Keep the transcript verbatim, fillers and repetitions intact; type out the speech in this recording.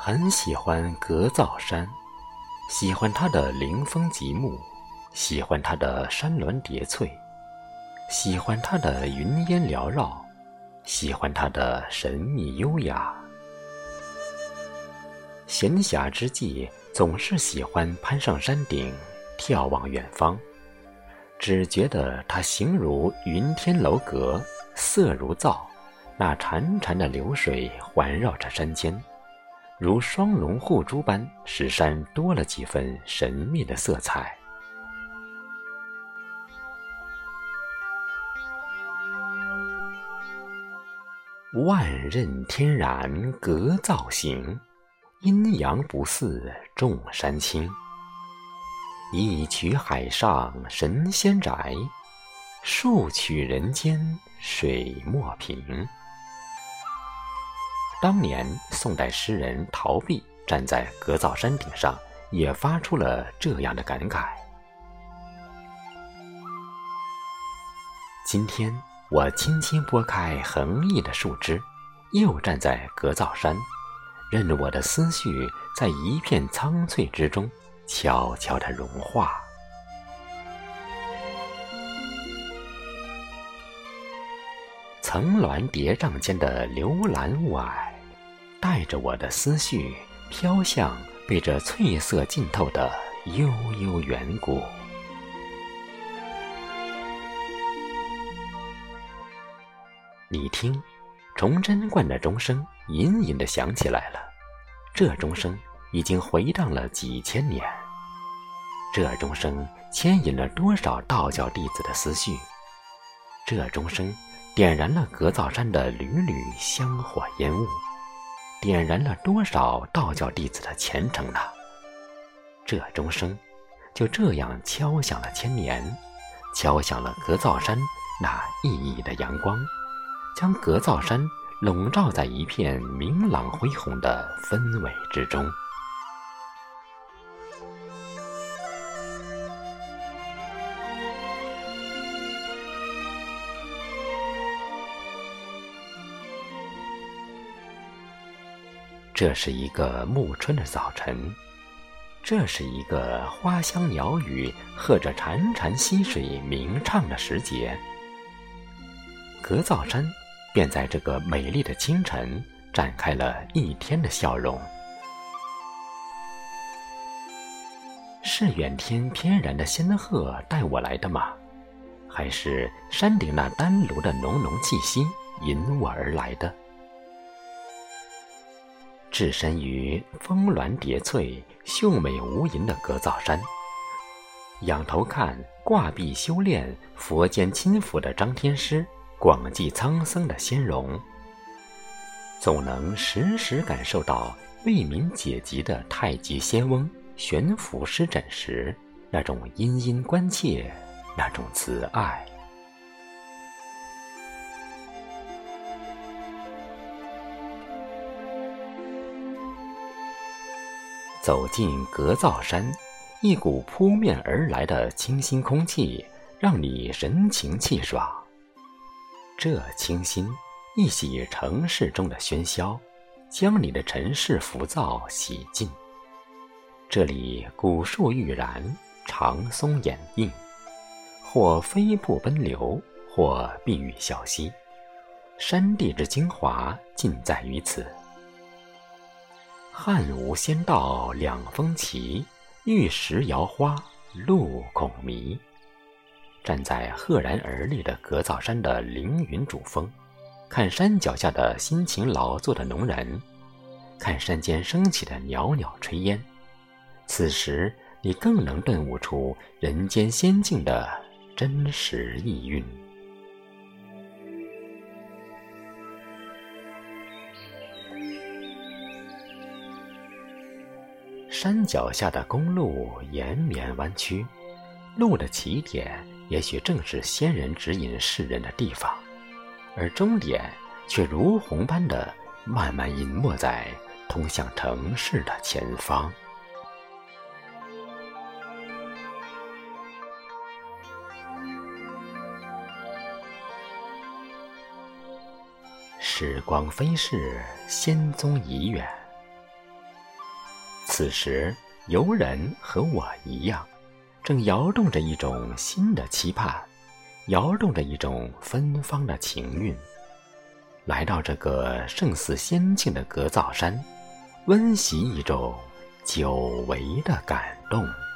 很喜欢格造山，喜欢它的灵峰极目，喜欢它的山峦叠翠，喜欢它的云烟缭绕，喜欢它的神秘优雅。闲暇之际，总是喜欢攀上山顶，眺望远方，只觉得它形如云天楼阁，色如皂，那潺潺的流水环绕着山间，如双龙护珠般，使山多了几分神秘的色彩。万仞天然格造型，阴阳不似众山青。一曲海上神仙宅，数曲人间水墨平。当年宋代诗人陶弼站在格造山顶上，也发出了这样的感慨。今天我轻轻拨开横溢的树枝，又站在格造山，任我的思绪在一片苍翠之中悄悄地融化。层峦叠嶂间的流岚雾霭，带着我的思绪飘向被这翠色浸透的悠悠远古。你听，崇祯观的钟声隐隐地响起来了，这钟声已经回荡了几千年，这钟声牵引了多少道教弟子的思绪，这钟声点燃了格造山的缕缕香火烟雾，点燃了多少道教弟子的虔诚呢？这钟声就这样敲响了千年，敲响了格造山那熠熠的阳光，将格造山笼罩在一片明朗恢宏的氛围之中。这是一个暮春的早晨，这是一个花香鸟语和着潺潺溪水鸣唱的时节。格造山便在这个美丽的清晨展开了一天的笑容。是远天翩然的仙鹤带我来的吗？还是山顶那丹炉的浓浓气息引我而来的？置身于峰峦叠翠、秀美无垠的格造山，仰头看挂壁修炼、佛间亲抚的张天师，广济苍僧的仙容，总能时时感受到为民解疾的太极仙翁悬浮施枕时那种殷殷关切，那种慈爱。走进格造山，一股扑面而来的清新空气让你神清气爽。这清新一洗城市中的喧嚣，将你的尘世浮躁洗尽。这里古树郁然，长松掩映，或飞瀑奔流，或碧玉小溪，山地之精华尽在于此。汉无仙道两峰齐，玉石摇花路恐迷。站在赫然而立的格造山的凌云主峰，看山脚下的辛勤劳作的农人，看山间升起的袅袅炊烟，此时你更能顿悟出人间仙境的真实意蕴。山脚下的公路延绵弯曲，路的起点也许正是仙人指引世人的地方，而终点却如虹般的慢慢隐没在通向城市的前方。时光飞逝，仙踪已远， 此时游人和我一样，正摇动着一种新的期盼，摇动着一种芬芳的情韵，来到这个胜似仙境的格造山，温习一种久违的感动。